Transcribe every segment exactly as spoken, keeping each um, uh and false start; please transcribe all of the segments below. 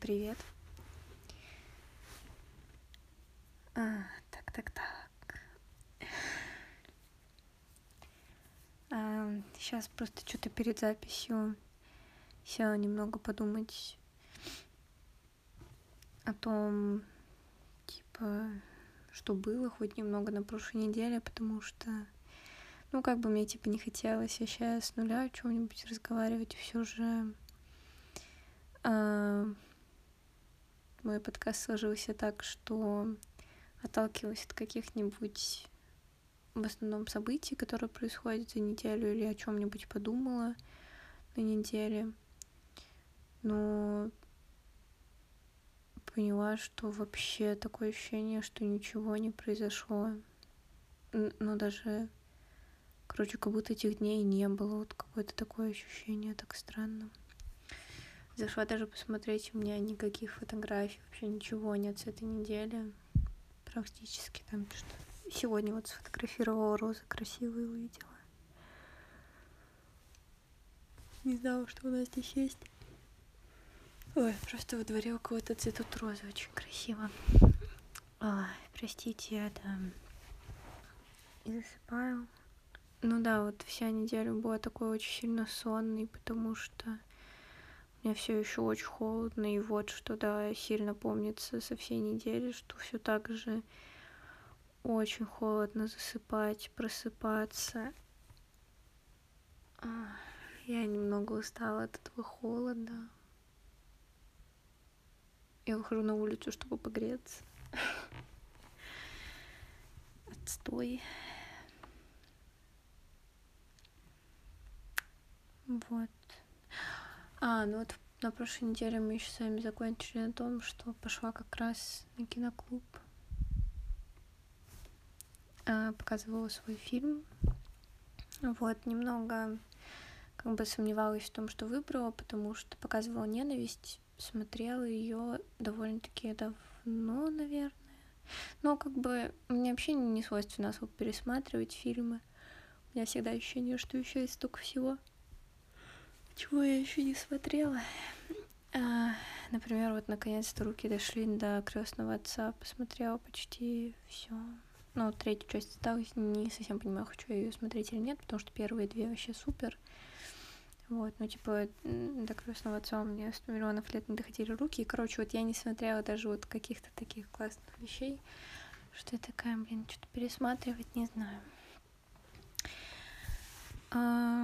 Привет. А, так, так, так. А, сейчас просто что-то перед записью села немного подумать о том, типа, что было хоть немного на прошлой неделе, потому что, ну, как бы мне, типа, не хотелось сейчас с нуля о чем-нибудь разговаривать, все же а, мой подкаст сложился так, что отталкивалась от каких-нибудь в основном событий, которые происходят за неделю, или о чем-нибудь подумала на неделе. Но поняла, что вообще такое ощущение, что ничего не произошло. Но даже, короче, как будто этих дней не было. Вот какое-то такое ощущение, так странно. Зашла даже посмотреть, у меня никаких фотографий, вообще ничего нет с этой недели. Практически там что. Сегодня вот сфотографировала розы красивые, увидела. Не знала, что у нас здесь есть. Ой, просто во дворе у кого-то цветут розы, очень красиво. Ой, простите, я там и засыпаю. Ну да, вот вся неделя была такой очень сильно сонной, потому что мне все еще очень холодно, и вот что, да, сильно помнится со всей недели, что все так же очень холодно засыпать, просыпаться. Я немного устала от этого холода. Я выхожу на улицу, чтобы погреться. Отстой. Вот. А, ну вот на прошлой неделе мы еще с вами закончили на том, что пошла как раз на киноклуб. А, показывала свой фильм. Вот, немного как бы сомневалась в том, что выбрала, потому что показывала «Ненависть», смотрела ее довольно-таки давно, наверное. Но как бы мне вообще не свойственно особо пересматривать фильмы. У меня всегда ощущение, что еще есть столько всего, чего я еще не смотрела. А, например, вот наконец-то руки дошли до «Крестного отца», посмотрела почти все. Ну, третью часть осталась, не совсем понимаю, хочу я ее смотреть или нет, потому что первые две вообще супер. Вот, ну, типа, до «Крестного отца» у меня сто миллионов лет не доходили руки. И, короче, вот я не смотрела даже вот каких-то таких классных вещей, что я такая, блин, что-то пересматривать не знаю. А...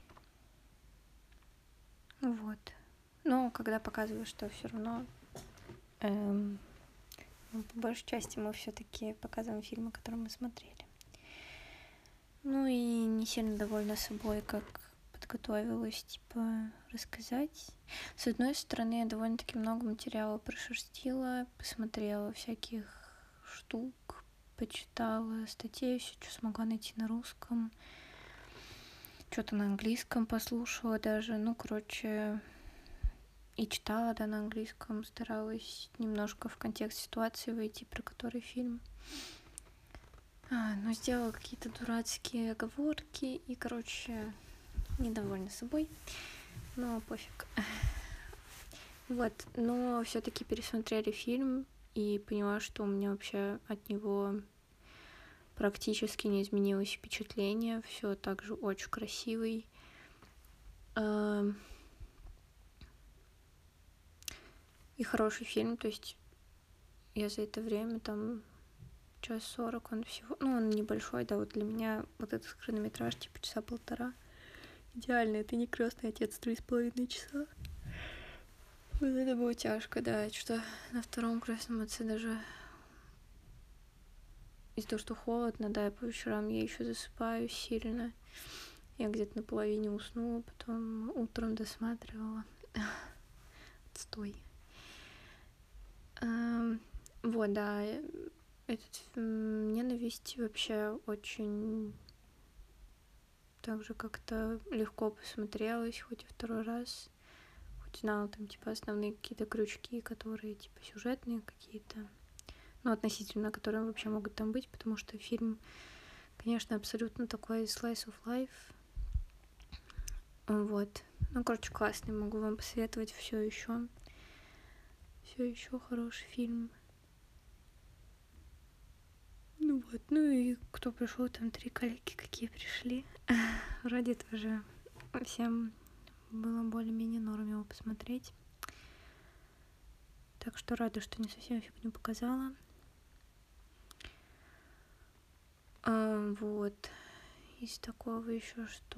Вот. Но когда показываю, что все равно эм, ну, по большей части мы все-таки показываем фильмы, которые мы смотрели. Ну и не сильно довольна собой, как подготовилась, типа, рассказать. С одной стороны, я довольно-таки много материала прошерстила, посмотрела всяких штук, почитала статей, все, что смогла найти на русском. Что-то на английском послушала даже, ну, короче, и читала, да, на английском, старалась немножко в контекст ситуации войти, про который фильм. А, ну, сделала какие-то дурацкие оговорки и, короче, недовольна собой, но пофиг. Вот, но все-таки пересмотрели фильм и поняла, что у меня вообще от него практически не изменилось впечатление, все так же очень красивый. И хороший фильм, то есть я за это время там час сорок, он всего, ну, он небольшой, да, вот для меня вот этот хронометраж типа часа полтора идеально, это не «Крестный отец» три с половиной часа. Вот это было тяжко, да, что на втором «Крестном отце» даже из-за того, что холодно, да, по вечерам я еще засыпаю сильно. Я где-то на половине уснула, потом утром досматривала. Отстой. Вот, да, этот «Ненависть» вообще очень также как-то легко посмотрелась, хоть и второй раз, хоть знала там типа основные какие-то крючки, которые типа сюжетные какие-то, ну, относительно, которые вообще могут там быть, потому что фильм, конечно, абсолютно такой slice of life. Вот. Ну, короче, классный, могу вам посоветовать все еще. все еще хороший фильм. Ну вот, ну и кто пришел, там три коллеги какие пришли. Вроде тоже всем было более-менее норм его посмотреть. Так что рада, что не совсем фигню показала. А, вот. Из такого еще что...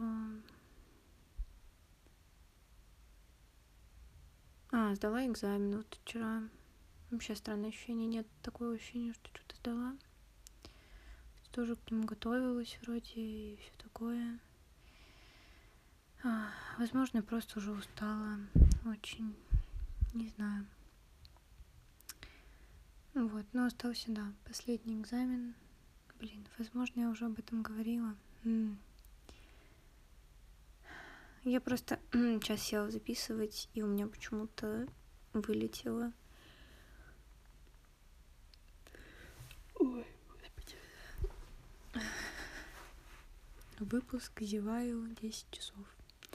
А, сдала экзамен вот вчера. Вообще странное ощущение. Нет такого ощущения, что что-то сдала. Тоже к нему готовилась вроде и все такое. А, возможно, просто уже устала. Очень. Не знаю. Вот, но остался, да, последний экзамен. Блин, возможно, я уже об этом говорила. М. Я просто сейчас села записывать, и у меня почему-то вылетело. Ой, господи. Выпуск, зеваю, десять часов.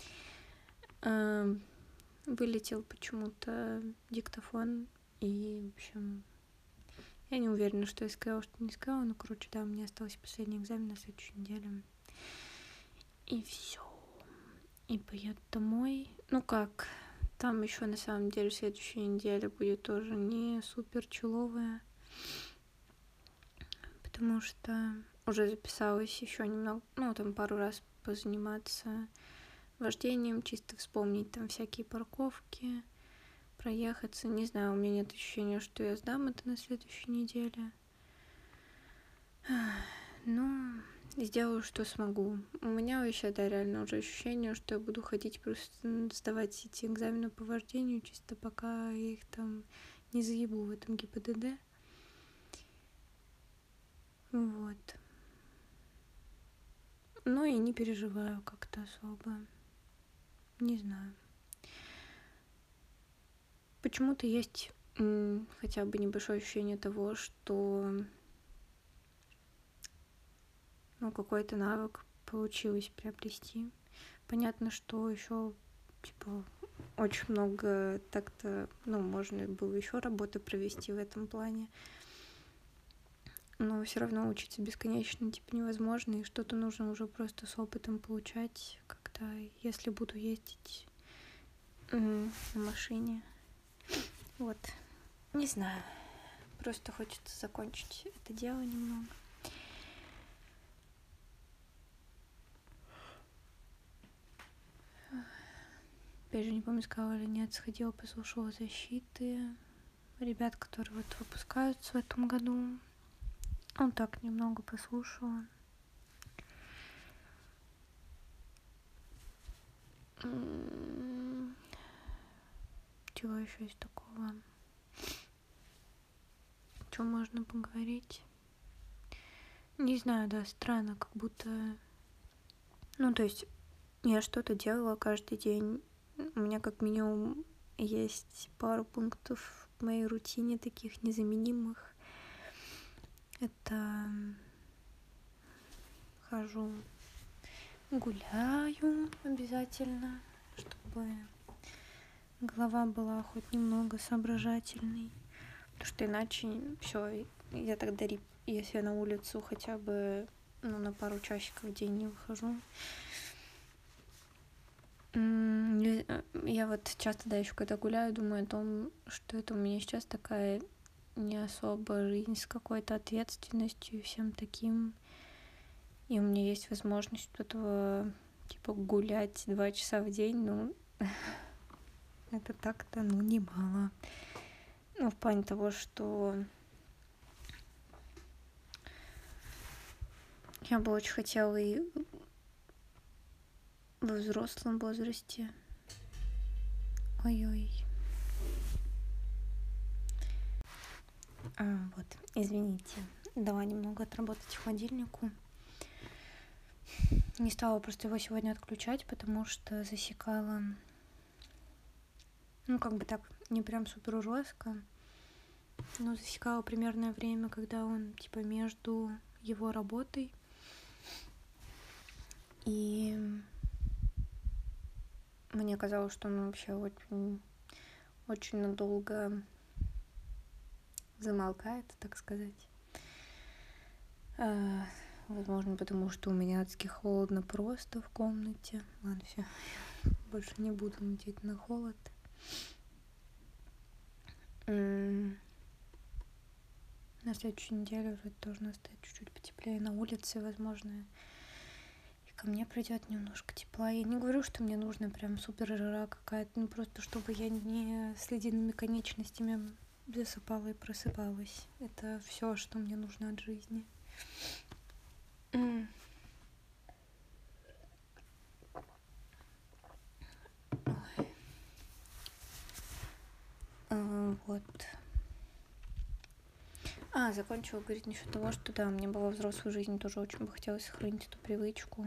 А, вылетел почему-то диктофон, и, в общем, я не уверена, что я сказала, что не сказала, но, короче, да, у меня остался последний экзамен на следующей неделе. И все. И поеду домой. Ну как, там еще на самом деле следующая неделя будет тоже не супер чиловая, потому что уже записалась еще немного, ну там пару раз позаниматься вождением, чисто вспомнить там всякие парковки, проехаться. Не знаю, у меня нет ощущения, что я сдам это на следующей неделе. Но сделаю, что смогу. У меня вообще, да, реально уже ощущение, что я буду ходить просто сдавать эти экзамены по вождению, чисто пока я их там не заебу в этом ГИБДД. Вот. Ну и не переживаю как-то особо. Не знаю. Почему-то есть м, хотя бы небольшое ощущение того, что ну, какой-то навык получилось приобрести. Понятно, что еще типа очень много так-то, ну, можно было еще работы провести в этом плане. Но все равно учиться бесконечно типа невозможно, и что-то нужно уже просто с опытом получать, когда, если буду ездить м- на машине. Вот. Не знаю. Просто хочется закончить это дело немного. Опять же, не помню, сказала или нет, сходила, послушала защиты ребят, которые вот выпускаются в этом году. Он так немного послушала. Чего еще из такого? Что можно поговорить? Не знаю, да, странно, как будто... Ну, то есть я что-то делала каждый день. У меня как минимум есть пару пунктов в моей рутине таких незаменимых. Это хожу, гуляю обязательно, чтобы голова была хоть немного соображательной. Потому что иначе все, я тогда, если я на улицу хотя бы ну, на пару часиков в день не выхожу. Я вот часто, да, еще когда гуляю, думаю о том, что это у меня сейчас такая не особо жизнь с какой-то ответственностью и всем таким. И у меня есть возможность этого, типа, гулять два часа в день, ну, это так-то, ну, немало. Ну, в плане того, что я бы очень хотела и во взрослом возрасте. Ой-ой. А, вот, извините. Дала немного отработать холодильнику. Не стала просто его сегодня отключать, потому что засекала, ну, как бы так, не прям супер жестко, но засекала примерное время, когда он, типа, между его работой и мне казалось, что он вообще очень, очень надолго замолкает, так сказать. А, возможно, потому что у меня адски холодно просто в комнате. Ладно, все, больше не буду надеть на холод. М- На следующей неделе уже должно стать чуть-чуть потеплее на улице, возможно. И ко мне придет немножко тепла. Я не говорю, что мне нужна прям супер жара какая-то, ну просто чтобы я не с ледяными конечностями засыпала и просыпалась. Это все, что мне нужно от жизни. М. Ой. А, вот. А, закончила говорить насчет того, что да, мне бы во взрослой жизни тоже очень бы хотелось сохранить эту привычку.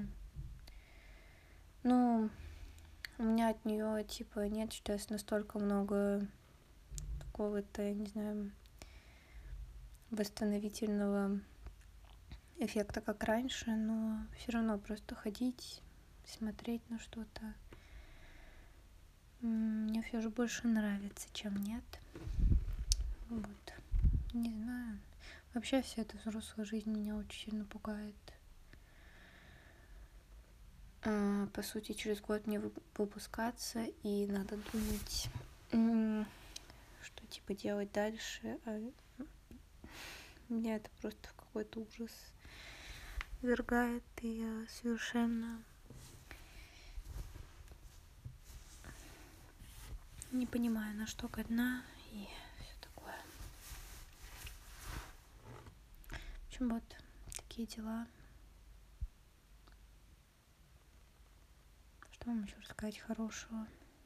Ну, у меня от нее типа нет сейчас настолько много какого-то, я не знаю, восстановительного эффекта, как раньше, но все равно просто ходить, смотреть на что-то мне все же больше нравится, чем нет. Вот. Не знаю. Вообще вся эта взрослая жизнь меня очень сильно пугает. А, по сути, через год мне выпускаться, и надо думать, что типа делать дальше. А меня это просто в какой-то ужас ввергает, и я совершенно не понимаю, на что годна и все такое. В общем, вот такие дела. Что вам еще рассказать хорошего?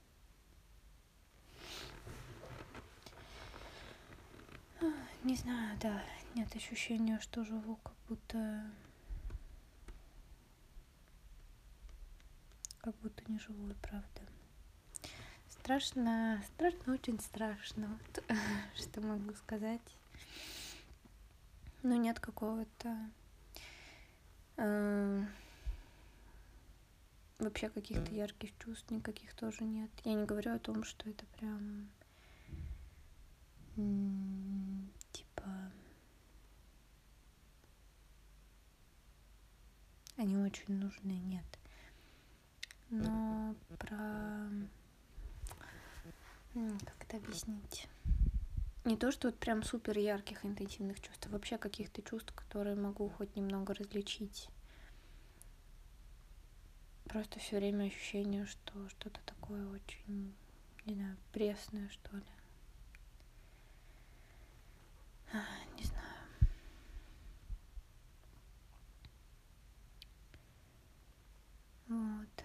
Не знаю, да, нет ощущения, что живу как будто как будто не живу, и правда. Страшно, страшно, очень страшно, вот, что могу сказать. Но нет какого-то э, вообще каких-то ярких чувств, никаких тоже нет. Я не говорю о том, что это прям м- типа они очень нужны, нет. Но про... Как это объяснить? Не то, что вот прям супер ярких интенсивных чувств, а вообще каких-то чувств, которые могу хоть немного различить. Просто все время ощущение, что что-то такое очень, не знаю, пресное, что ли. А, не знаю. Вот.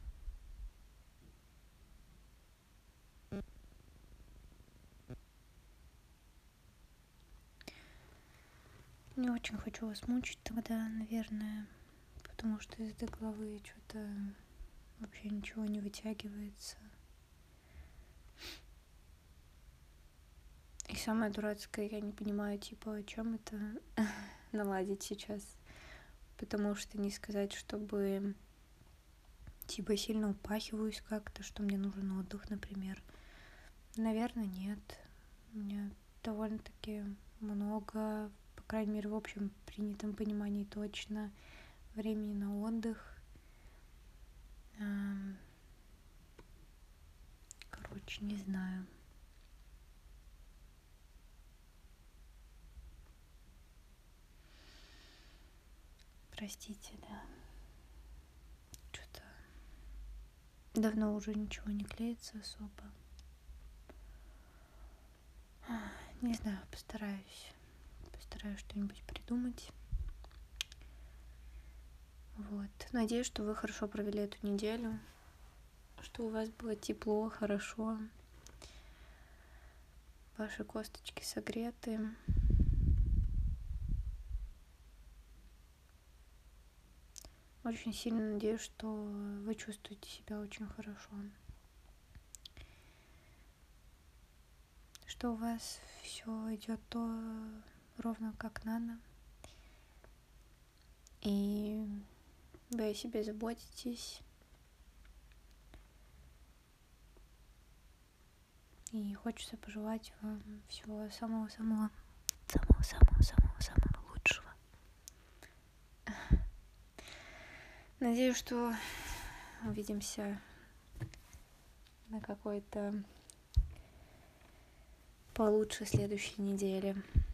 Не очень хочу вас мучить тогда, наверное, потому что из этой головы что-то вообще ничего не вытягивается. И самое дурацкое, я не понимаю, типа, о чем это наладить сейчас. Потому что не сказать, чтобы типа сильно упахиваюсь как-то, что мне нужен отдых, например. Наверное, нет. У меня довольно-таки много, по крайней мере, в общем принятом понимании точно, времени на отдых. Короче, не знаю. Простите, да. Что-то давно уже ничего не клеится особо. Не знаю, постараюсь. Постараюсь что-нибудь придумать. Вот. Надеюсь, что вы хорошо провели эту неделю, что у вас было тепло, хорошо. Ваши косточки согреты. Очень сильно надеюсь, что вы чувствуете себя очень хорошо. Что у вас все идет то ровно как надо. И вы о себе заботитесь. И хочется пожелать вам всего самого-самого самого-самого-самого-самого лучшего. Надеюсь, что увидимся на какой-то получше следующей неделе.